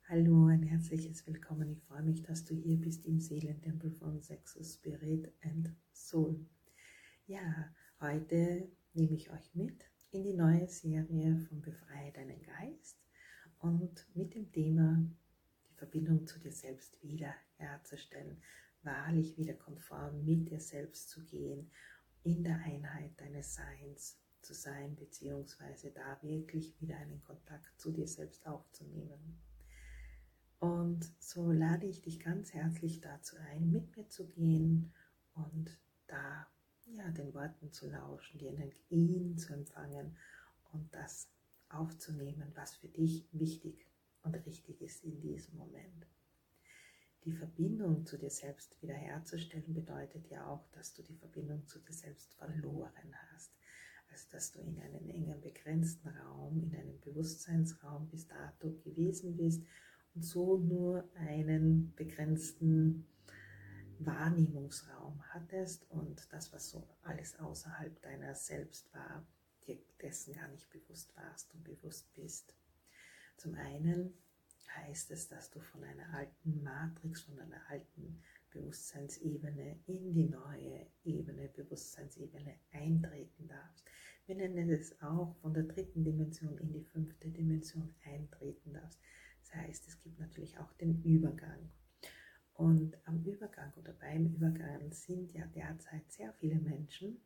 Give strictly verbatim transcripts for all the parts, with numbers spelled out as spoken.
Hallo, ein herzliches Willkommen. Ich freue mich, dass du hier bist im Seelentempel von Sexus Spirit and Soul. Ja, heute nehme ich euch mit in die neue Serie von Befreie deinen Geist und mit dem Thema die Verbindung zu dir selbst wieder herzustellen, wahrlich wieder konform mit dir selbst zu gehen, in der Einheit deines Seins zu sein, beziehungsweise da wirklich wieder einen Kontakt zu dir selbst aufzunehmen. Und so lade ich dich ganz herzlich dazu ein, mit mir zu gehen und da ja, den Worten zu lauschen, die Energien zu empfangen und das aufzunehmen, was für dich wichtig und richtig ist in diesem Moment. Die Verbindung zu dir selbst wiederherzustellen bedeutet ja auch, dass du die Verbindung zu dir selbst verloren hast. Also dass du in einem engen, begrenzten Raum, in einem Bewusstseinsraum bis dato gewesen bist und so nur einen begrenzten Wahrnehmungsraum hattest und das, was so alles außerhalb deiner selbst war, dir dessen gar nicht bewusst warst und bewusst bist. Zum einen heißt es, dass du von einer alten Matrix, von einer alten Bewusstseinsebene in die neue Ebene, Bewusstseinsebene eintreten darfst. Wir nennen es auch von der dritten Dimension in die fünfte Dimension eintreten darfst. Das heißt, es gibt natürlich auch den Übergang. Und am Übergang oder beim Übergang sind ja derzeit sehr viele Menschen,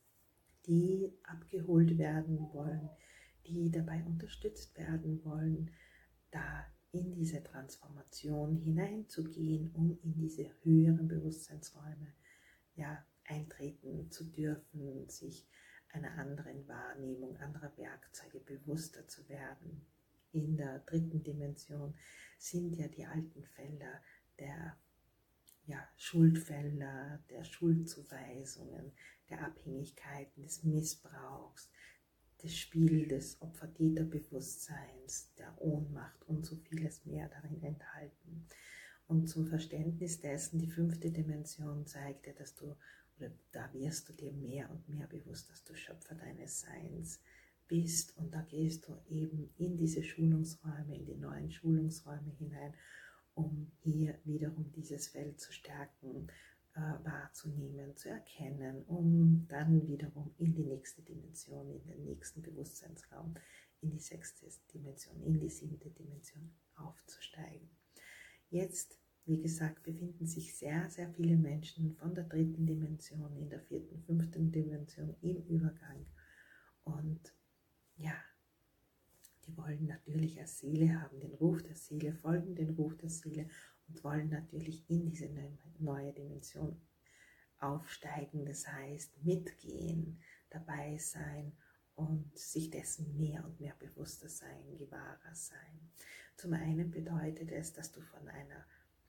die abgeholt werden wollen, die dabei unterstützt werden wollen, da in diese Transformation hineinzugehen, um in diese höheren Bewusstseinsräume ja, eintreten zu dürfen, sich einer anderen Wahrnehmung, anderer Werkzeuge bewusster zu werden. In der dritten Dimension sind ja die alten Felder der ja, Schuldfelder, der Schuldzuweisungen, der Abhängigkeiten, des Missbrauchs, des Spiel des Opfer-Täter-Bewusstseins, der Ohnmacht und so vieles mehr darin enthalten. Und zum Verständnis dessen, die fünfte Dimension zeigt dir, dass du, oder da wirst du dir mehr und mehr bewusst, dass du Schöpfer deines Seins bist und da gehst du eben in diese Schulungsräume, in die neuen Schulungsräume hinein, um hier wiederum dieses Feld zu stärken, äh, wahrzunehmen, zu erkennen, um dann wiederum in die nächste Dimension, in den nächsten Bewusstseinsraum, in die sechste Dimension, in die siebte Dimension aufzusteigen. Jetzt, wie gesagt, befinden sich sehr, sehr viele Menschen von der dritten Dimension in der vierten, fünften Dimension im Übergang. Und ja, die wollen natürlich als Seele, haben den Ruf der Seele, folgen den Ruf der Seele und wollen natürlich in diese neue Dimension aufsteigen, das heißt mitgehen, dabei sein und sich dessen mehr und mehr bewusster sein, gewahrer sein. Zum einen bedeutet es, dass du von einer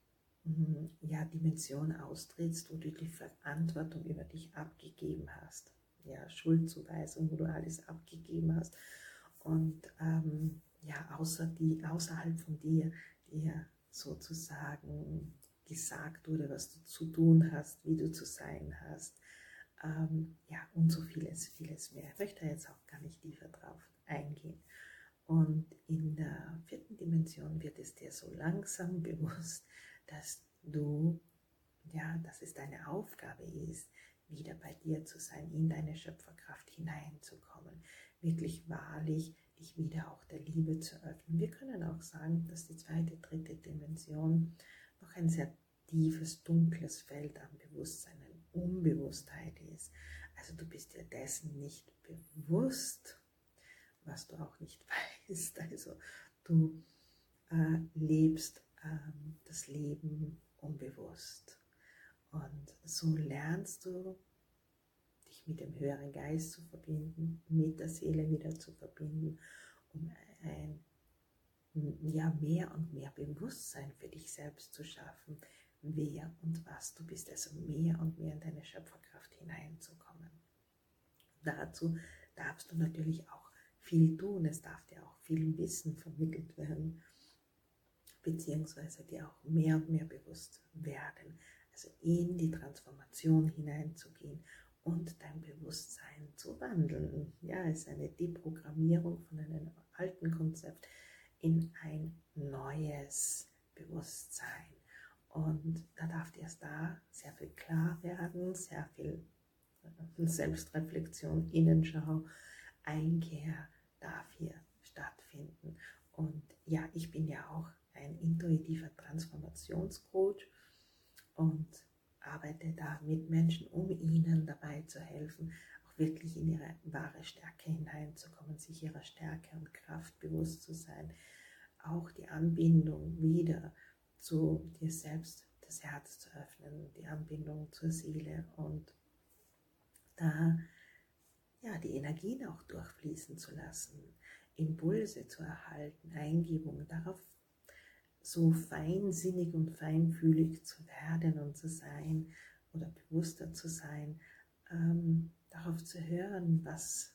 ja, Dimension austrittst, wo du die Verantwortung über dich abgegeben hast. Ja, Schuldzuweisung, wo du alles abgegeben hast und ähm, ja, außer die, außerhalb von dir, dir sozusagen gesagt wurde, was du zu tun hast, wie du zu sein hast, ähm, ja, und so vieles, vieles mehr. Ich möchte jetzt auch gar nicht tiefer drauf eingehen. Und in der vierten Dimension wird es dir so langsam bewusst, dass du, ja, dass es deine Aufgabe ist, wieder bei dir zu sein, in deine Schöpferkraft hineinzukommen, wirklich wahrlich dich wieder auch der Liebe zu öffnen. Wir können auch sagen, dass die zweite, dritte Dimension noch ein sehr tiefes, dunkles Feld an Bewusstsein, an Unbewusstheit ist. Also du bist dir dessen nicht bewusst, was du auch nicht weißt. Also du äh, lebst äh, das Leben unbewusst. Und so lernst du, dich mit dem höheren Geist zu verbinden, mit der Seele wieder zu verbinden, um ein ja, mehr und mehr Bewusstsein für dich selbst zu schaffen, wer und was du bist, also mehr und mehr in deine Schöpferkraft hineinzukommen. Dazu darfst du natürlich auch viel tun, es darf dir auch viel Wissen vermittelt werden, beziehungsweise dir auch mehr und mehr bewusst werden, also in die Transformation hineinzugehen und dein Bewusstsein zu wandeln. Ja, es ist eine Deprogrammierung von einem alten Konzept in ein neues Bewusstsein. Und da darf erst da sehr viel klar werden, sehr viel Selbstreflexion, Innenschau, Einkehr darf hier stattfinden. Und ja, ich bin ja auch ein intuitiver Transformationscoach und arbeite da mit Menschen, um ihnen dabei zu helfen, auch wirklich in ihre wahre Stärke hineinzukommen, sich ihrer Stärke und Kraft bewusst zu sein, auch die Anbindung wieder zu dir selbst, das Herz zu öffnen, die Anbindung zur Seele und da ja, die Energien auch durchfließen zu lassen, Impulse zu erhalten, Eingebungen, darauf so feinsinnig und feinfühlig zu werden und zu sein oder bewusster zu sein, ähm, darauf zu hören, was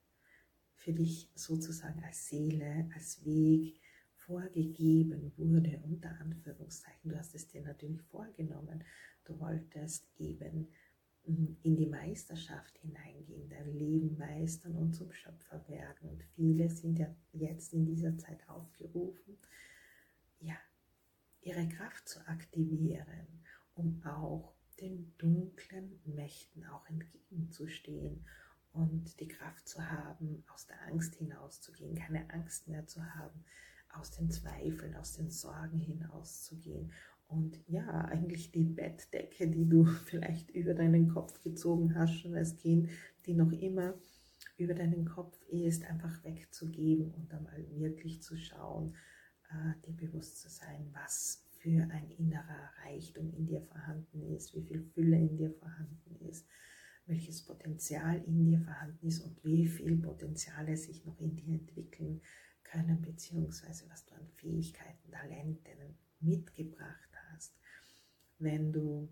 für dich sozusagen als Seele, als Weg vorgegeben wurde, unter Anführungszeichen. Du hast es dir natürlich vorgenommen. Du wolltest eben in die Meisterschaft hineingehen, dein Leben meistern und zum Schöpfer werden. Und viele sind ja jetzt in dieser Zeit aufgerufen, ja, ihre Kraft zu aktivieren, um auch den dunklen Mächten auch entgegenzustehen und die Kraft zu haben, aus der Angst hinauszugehen, keine Angst mehr zu haben, aus den Zweifeln, aus den Sorgen hinauszugehen. Und ja, eigentlich die Bettdecke, die du vielleicht über deinen Kopf gezogen hast, schon als Kind, die noch immer über deinen Kopf ist, einfach wegzugeben und einmal wirklich zu schauen, äh, dir bewusst zu sein, was für ein innerer Reichtum in dir vorhanden ist, wie viel Fülle in dir vorhanden ist, welches Potenzial in dir vorhanden ist und wie viel Potenziale sich noch in dir entwickeln können, beziehungsweise was du an Fähigkeiten, Talenten mitgebracht hast. Wenn du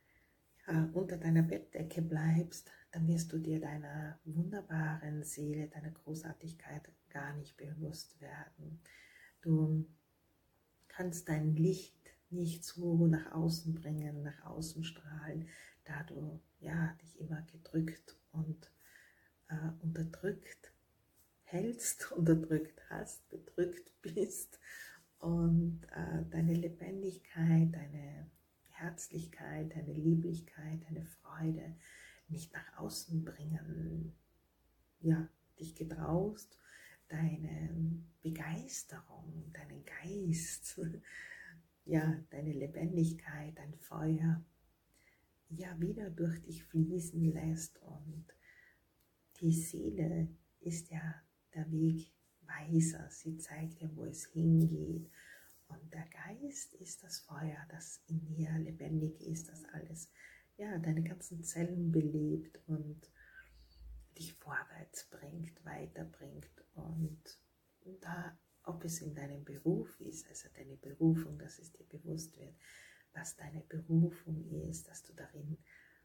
ja, unter deiner Bettdecke bleibst, dann wirst du dir deiner wunderbaren Seele, deiner Großartigkeit gar nicht bewusst werden. Du kannst dein Licht nicht so nach außen bringen, nach außen strahlen, da du ja, dich immer gedrückt und äh, unterdrückt hältst, unterdrückt hast, bedrückt bist und äh, deine Lebendigkeit, deine Herzlichkeit, deine Lieblichkeit, deine Freude nicht nach außen bringen, ja, dich getraust, deine Begeisterung, deinen Geist, ja, deine Lebendigkeit, dein Feuer, ja, wieder durch dich fließen lässt. Und die Seele ist ja der Wegweiser, sie zeigt dir, wo es hingeht. Und der Geist ist das Feuer, das in dir lebendig ist, das alles, ja, deine ganzen Zellen belebt und dich vorwärts bringt, weiterbringt. Und da, ob es in deinem Beruf ist, also deine Berufung, dass es dir bewusst wird, was deine Berufung ist, dass du darin,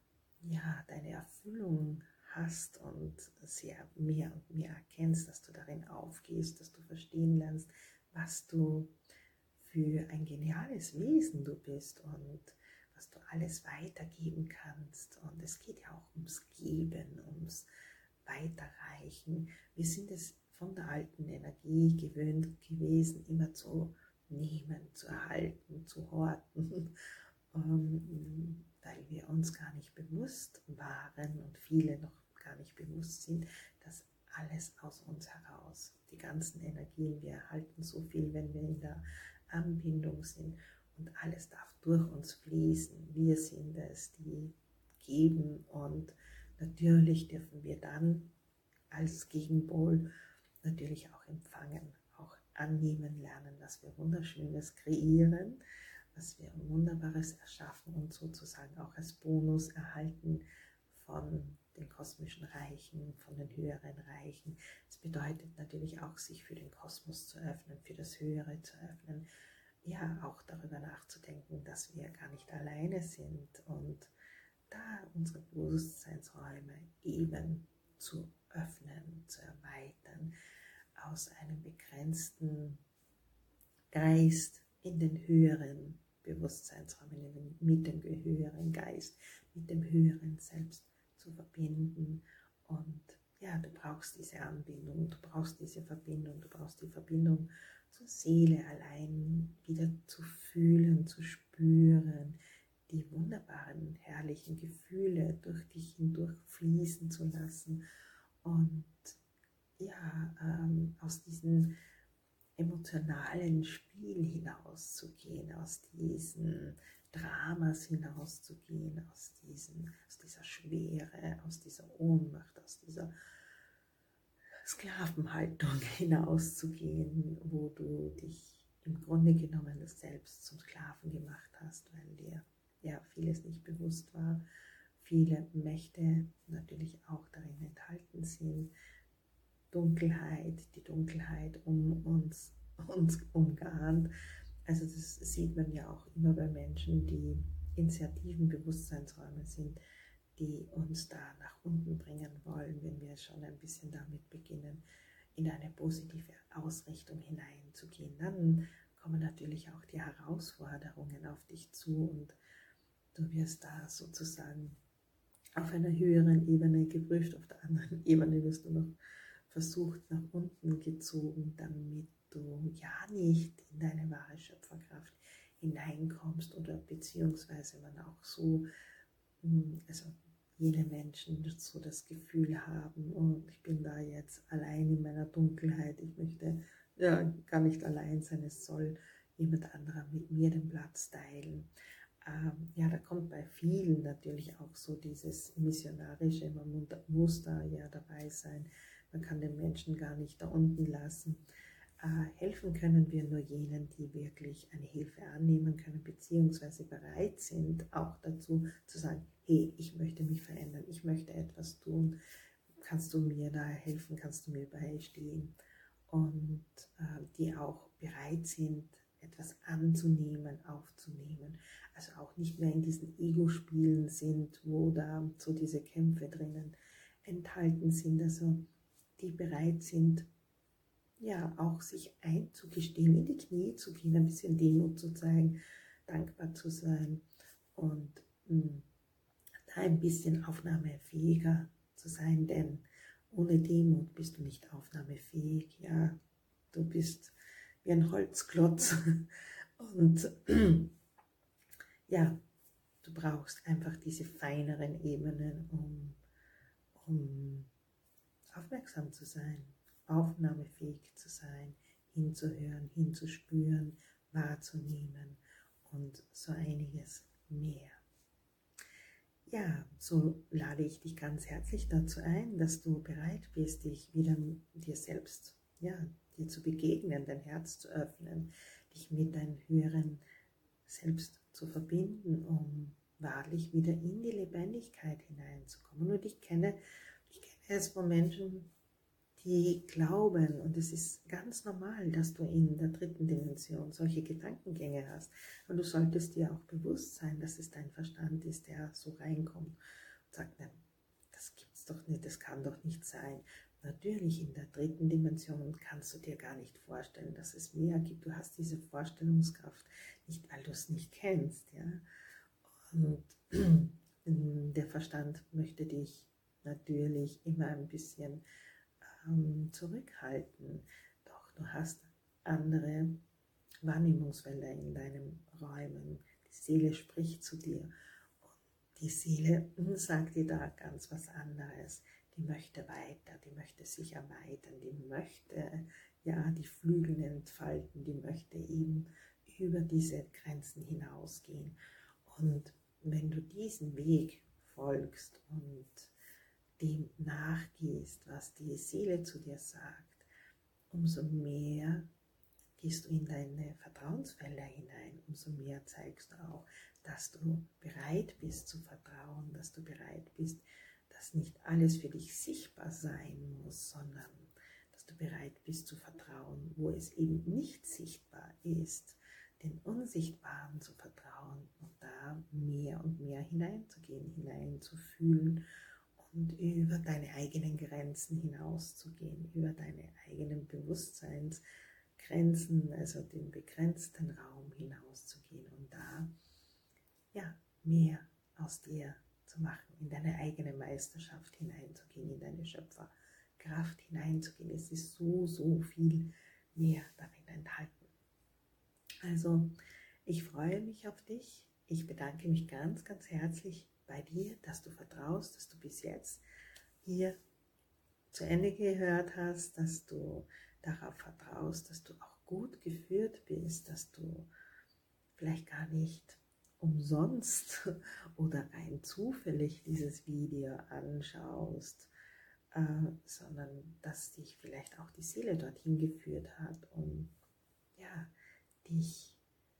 ja, deine Erfüllung hast und sehr mehr und mehr erkennst, dass du darin aufgehst, dass du verstehen lernst, was du für ein geniales Wesen du bist und was du alles weitergeben kannst. Und es geht ja auch ums Geben, ums Weiterreichen. Wir sind es von der alten Energie gewöhnt gewesen, immer zu nehmen, zu erhalten, zu horten, ähm, weil wir uns gar nicht bewusst waren und viele noch gar nicht bewusst sind, dass alles aus uns heraus, die ganzen Energien, wir erhalten so viel, wenn wir in der Anbindung sind und alles darf durch uns fließen. Wir sind es, die geben und natürlich dürfen wir dann als Gegenpol natürlich auch empfangen, auch annehmen lernen, dass wir Wunderschönes kreieren, was wir Wunderbares erschaffen und sozusagen auch als Bonus erhalten von den kosmischen Reichen, von den höheren Reichen. Es bedeutet natürlich auch, sich für den Kosmos zu öffnen, für das Höhere zu öffnen, ja, auch darüber nachzudenken, dass wir gar nicht alleine sind und da unsere Bewusstseinsräume eben zu öffnen, zu erweitern, aus einem begrenzten Geist in den höheren Bewusstseinsräumen, mit dem höheren Geist, mit dem höheren Selbst zu verbinden und ja, du brauchst diese Anbindung, du brauchst diese Verbindung, du brauchst die Verbindung zur Seele allein wieder zu fühlen, zu spüren, die wunderbaren, herrlichen Gefühle durch dich hindurch fließen zu lassen und ja, ähm, aus diesem emotionalen Spiel hinauszugehen, aus diesen Dramas hinauszugehen, aus, diesen, aus dieser Schwere, aus dieser Ohnmacht, aus dieser Sklavenhaltung hinauszugehen, wo du dich im Grunde genommen selbst zum Sklaven gemacht hast, weil dir ja vieles nicht bewusst war, viele Mächte natürlich auch darin enthalten sind, Dunkelheit, die Dunkelheit um uns, uns umgarnt. Also das sieht man ja auch immer bei Menschen, die in sehr tiefen Bewusstseinsräumen sind, die uns da nach unten bringen wollen, wenn wir schon ein bisschen damit beginnen, in eine positive Ausrichtung hineinzugehen. Dann kommen natürlich auch die Herausforderungen auf dich zu und du wirst da sozusagen auf einer höheren Ebene geprüft, auf der anderen Ebene wirst du noch versucht nach unten gezogen, damit du ja nicht in deine wahre Schöpferkraft hineinkommst oder beziehungsweise man auch so, also jene Menschen so das Gefühl haben, oh, ich bin da jetzt allein in meiner Dunkelheit, ich möchte ja gar nicht allein sein, es soll jemand anderer mit mir den Platz teilen. Ähm, ja, da kommt bei vielen natürlich auch so dieses Missionarische, man muss da ja dabei sein, man kann den Menschen gar nicht da unten lassen. Äh, helfen können wir nur jenen, die wirklich eine Hilfe annehmen können, beziehungsweise bereit sind, auch dazu zu sagen, hey, ich möchte mich verändern, ich möchte etwas tun, kannst du mir da helfen, kannst du mir beistehen? Und äh, die auch bereit sind, etwas anzunehmen, aufzunehmen. Also auch nicht mehr in diesen Ego-Spielen sind, wo da so diese Kämpfe drinnen enthalten sind, also die bereit sind, ja, auch sich einzugestehen, in die Knie zu gehen, ein bisschen Demut zu zeigen, dankbar zu sein und mh, da ein bisschen aufnahmefähiger zu sein, denn ohne Demut bist du nicht aufnahmefähig, ja, du bist wie ein Holzklotz und ja, du brauchst einfach diese feineren Ebenen, um, um aufmerksam zu sein, aufnahmefähig zu sein, hinzuhören, hinzuspüren, wahrzunehmen und so einiges mehr. Ja, so lade ich dich ganz herzlich dazu ein, dass du bereit bist, dich wieder dir selbst, ja, dir zu begegnen, dein Herz zu öffnen, dich mit deinem höheren Selbst zu verbinden, um wahrlich wieder in die Lebendigkeit hineinzukommen. Und ich kenne, ich kenne es von Menschen, die glauben, und es ist ganz normal, dass du in der dritten Dimension solche Gedankengänge hast. Und du solltest dir auch bewusst sein, dass es dein Verstand ist, der so reinkommt und sagt, nein, das gibt's doch nicht, das kann doch nicht sein. Natürlich in der dritten Dimension kannst du dir gar nicht vorstellen, dass es mehr gibt. Du hast diese Vorstellungskraft nicht, weil du es nicht kennst. Ja? Und der Verstand möchte dich natürlich immer ein bisschen ähm, zurückhalten. Doch du hast andere Wahrnehmungsfelder in deinen Räumen. Die Seele spricht zu dir. Und die Seele sagt dir da ganz was anderes. Die möchte weiter, die möchte sich erweitern, die möchte ja die Flügel entfalten, die möchte eben über diese Grenzen hinausgehen. Und wenn du diesen Weg folgst und dem nachgehst, was die Seele zu dir sagt, umso mehr gehst du in deine Vertrauensfelder hinein, umso mehr zeigst du auch, dass du bereit bist zu vertrauen, dass du bereit bist, dass nicht alles für dich sichtbar sein muss, sondern dass du bereit bist zu vertrauen, wo es eben nicht sichtbar ist, den Unsichtbaren zu vertrauen und da mehr und mehr hineinzugehen, hineinzufühlen und über deine eigenen Grenzen hinauszugehen, über deine eigenen Bewusstseinsgrenzen, also den begrenzten Raum hinauszugehen und da ja, mehr aus dir zu machen, in deine eigene Meisterschaft hineinzugehen, in deine Schöpferkraft Kraft hineinzugehen. Es ist so, so viel mehr darin enthalten. Also, ich freue mich auf dich. Ich bedanke mich ganz, ganz herzlich bei dir, dass du vertraust, dass du bis jetzt hier zu Ende gehört hast, dass du darauf vertraust, dass du auch gut geführt bist, dass du vielleicht gar nicht umsonst oder rein zufällig dieses Video anschaust, äh, sondern dass dich vielleicht auch die Seele dorthin geführt hat, um ja, dich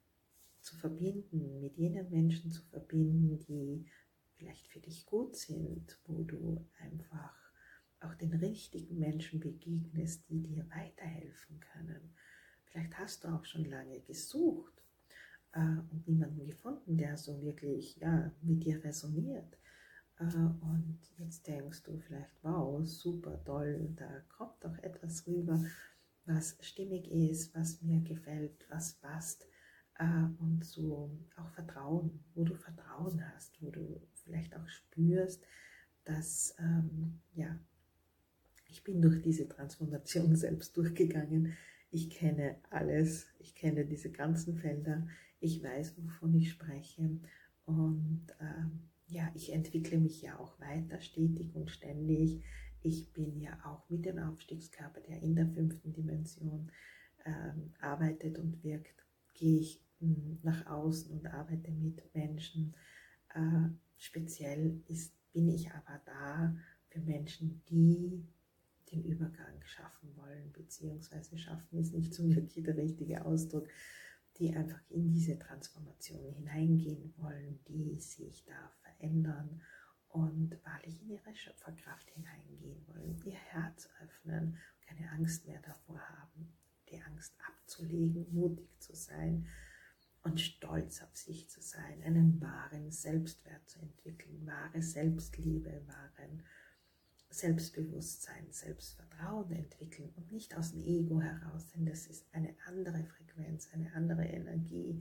zu verbinden, mit jenen Menschen zu verbinden, die vielleicht für dich gut sind, wo du einfach auch den richtigen Menschen begegnest, die dir weiterhelfen können. Vielleicht hast du auch schon lange gesucht äh, und niemanden gefunden, der so wirklich ja, mit dir resoniert. Äh, und jetzt denkst du vielleicht, wow, super toll, da kommt doch etwas rüber, was stimmig ist, was mir gefällt, was passt. Und so auch Vertrauen, wo du Vertrauen hast, wo du vielleicht auch spürst, dass, ähm, ja, ich bin durch diese Transformation selbst durchgegangen, ich kenne alles, ich kenne diese ganzen Felder, ich weiß, wovon ich spreche und ähm, ja, ich entwickle mich ja auch weiter, stetig und ständig. Ich bin ja auch mit dem Aufstiegskörper, der in der fünften Dimension ähm, arbeitet und wirkt, gehe ich nach außen und arbeite mit Menschen. Äh, speziell ist, bin ich aber da für Menschen, die den Übergang schaffen wollen, beziehungsweise schaffen ist nicht so wirklich der richtige Ausdruck, die einfach in diese Transformation hineingehen wollen, die sich da verändern und wahrlich in ihre Schöpferkraft hineingehen wollen, ihr Herz öffnen, keine Angst mehr davor haben, die Angst abzulegen, mutig zu sein und stolz auf sich zu sein, einen wahren Selbstwert zu entwickeln, wahre Selbstliebe, wahren Selbstbewusstsein, Selbstvertrauen entwickeln und nicht aus dem Ego heraus, denn das ist eine andere Frequenz, eine andere Energie.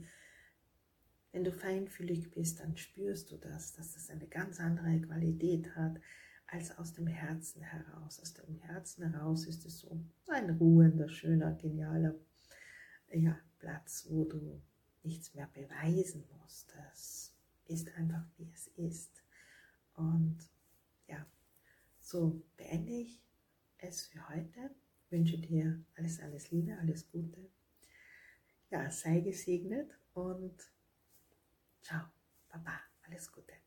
Wenn du feinfühlig bist, dann spürst du das, dass das eine ganz andere Qualität hat, als aus dem Herzen heraus. Aus dem Herzen heraus ist es so ein ruhender, schöner, genialer ja, Platz, wo du nichts mehr beweisen musst. Das ist einfach, wie es ist. Und ja, so beende ich es für heute. Ich wünsche dir alles, alles Liebe, alles Gute. Ja, sei gesegnet und ciao, Baba, alles Gute.